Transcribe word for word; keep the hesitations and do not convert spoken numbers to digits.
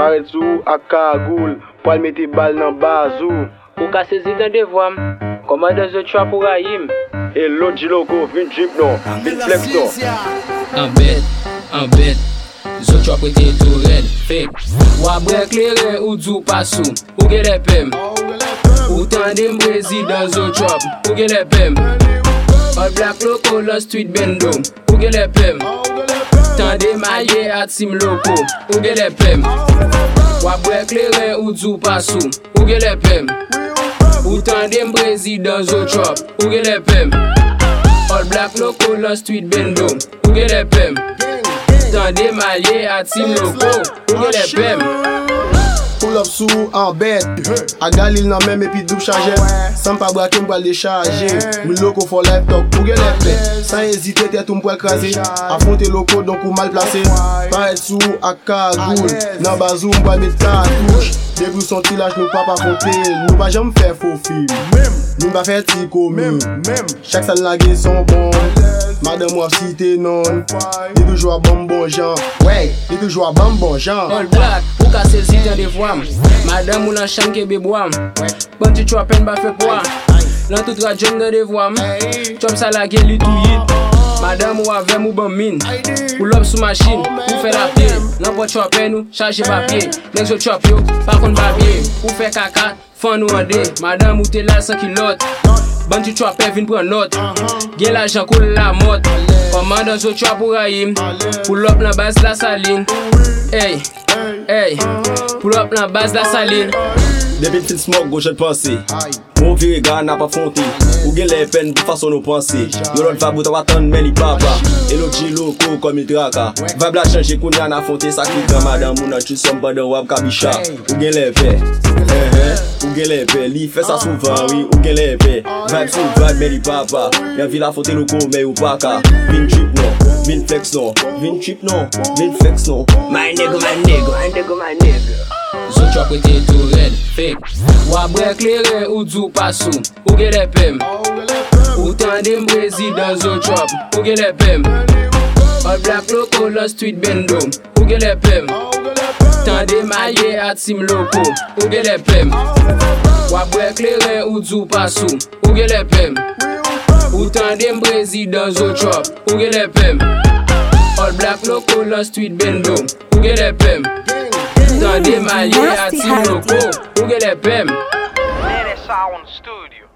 Paret sou ak kagoul, pal mette bal nan bazou. Ou ka sezi dan devwam, komande zo trap ou rayim. E lot jiloko, vin drip non, vin flex non. An bet, an bet, zo trap wete tou red, fake. Wa brek lere ou djou pasou, ou ge le pem. Ou tande mbrezi dan zo trap, ou ge le pem. All black loco la street bendo, ou ge le pem. Tande maye at sim loco, ou ge le pem. Wa brek lere ou djou pasou, ou ge le pem. Ou tande mbrezi dan zo trap, ou ge le pem. All black loco la street bendo, ou ge le pem. Tande maye at sim loco, ou ge le pem. Pull up sou en bet, a galil nan men epi double charge. Sans pa brake m'pral décharger. Mi loko for life talk pou gen le pe. Sans hésiter tête ou m'pral krasé. Affronter loko donc ou mal placé. Paret sou ak kagoul, nan bazou m'pral met cartouche. Debou son tilage nou pa pa fonte, nou pa jam fè faux film. Nou pa fè ti komi, chaque sal nage son bon. Madame wap cité non, li toujou a bon bon jan. Ouais, li toujou a bon bon jan. All black, ou ka sezi tan devwam. Madame ou nan chan ke bebwam. Banti chopen ba fe pwa. Lan tout rajon de devwam. Chop sa la gen li tou yit. Madame ou avem ou ban min. Pull up sou machine, ou fe la pied. Nan pot chopen ou, charge papye. Nek zo chop yo, pa kon babye. Ou fe kaka, fan ou ande. Madame ou te la san kilot. Banti chopen vin pran not. Gen la jan koule la mot. Komanda zo chop ou rayim. Pull up nan base la saline. Hey, hey, pull up nan base la saline. Depuis le smoke, gauche de pensée. Mon vieux gars n'a pas fonté. Ou gen les peines de façon nous penser. Yo l'autre fa bout attendre mais li papa. Et l'autre loco comme il traka. Va bla changer qu'on y en a fonté ça qui dans madame ou nan tu sommes pas de wab kabicha. Ou gen les paix. Ou gen les paix. Li fait ça souvent oui. Ou gen les paix. Vibe sou vibe mais li papa. Y'a vi la fonté loco mais ou pas ka. Vin trip non. Vin flex non. Vin trip non. Vin flex non. My nigga, my nigga, my nigga, my nigga. Zo trap wete tou red, fake. Wa brek lere ou djou pasou, ou ge le pem. Ou tande mbrezi dan zo trap, ou ge le pem. All black loco la street bendo, ou ge le pem. Tande maye at sim loco, ou ge le pem. Wa brek lere ou djou pasou, ou ge le pem. Ou tande mbrezi dan zo trap, ou ge le pem. All black loco la street bendo, ou ge le pem. Tande maye at sim loco, ou ge le pem. Man, that's all in the studio.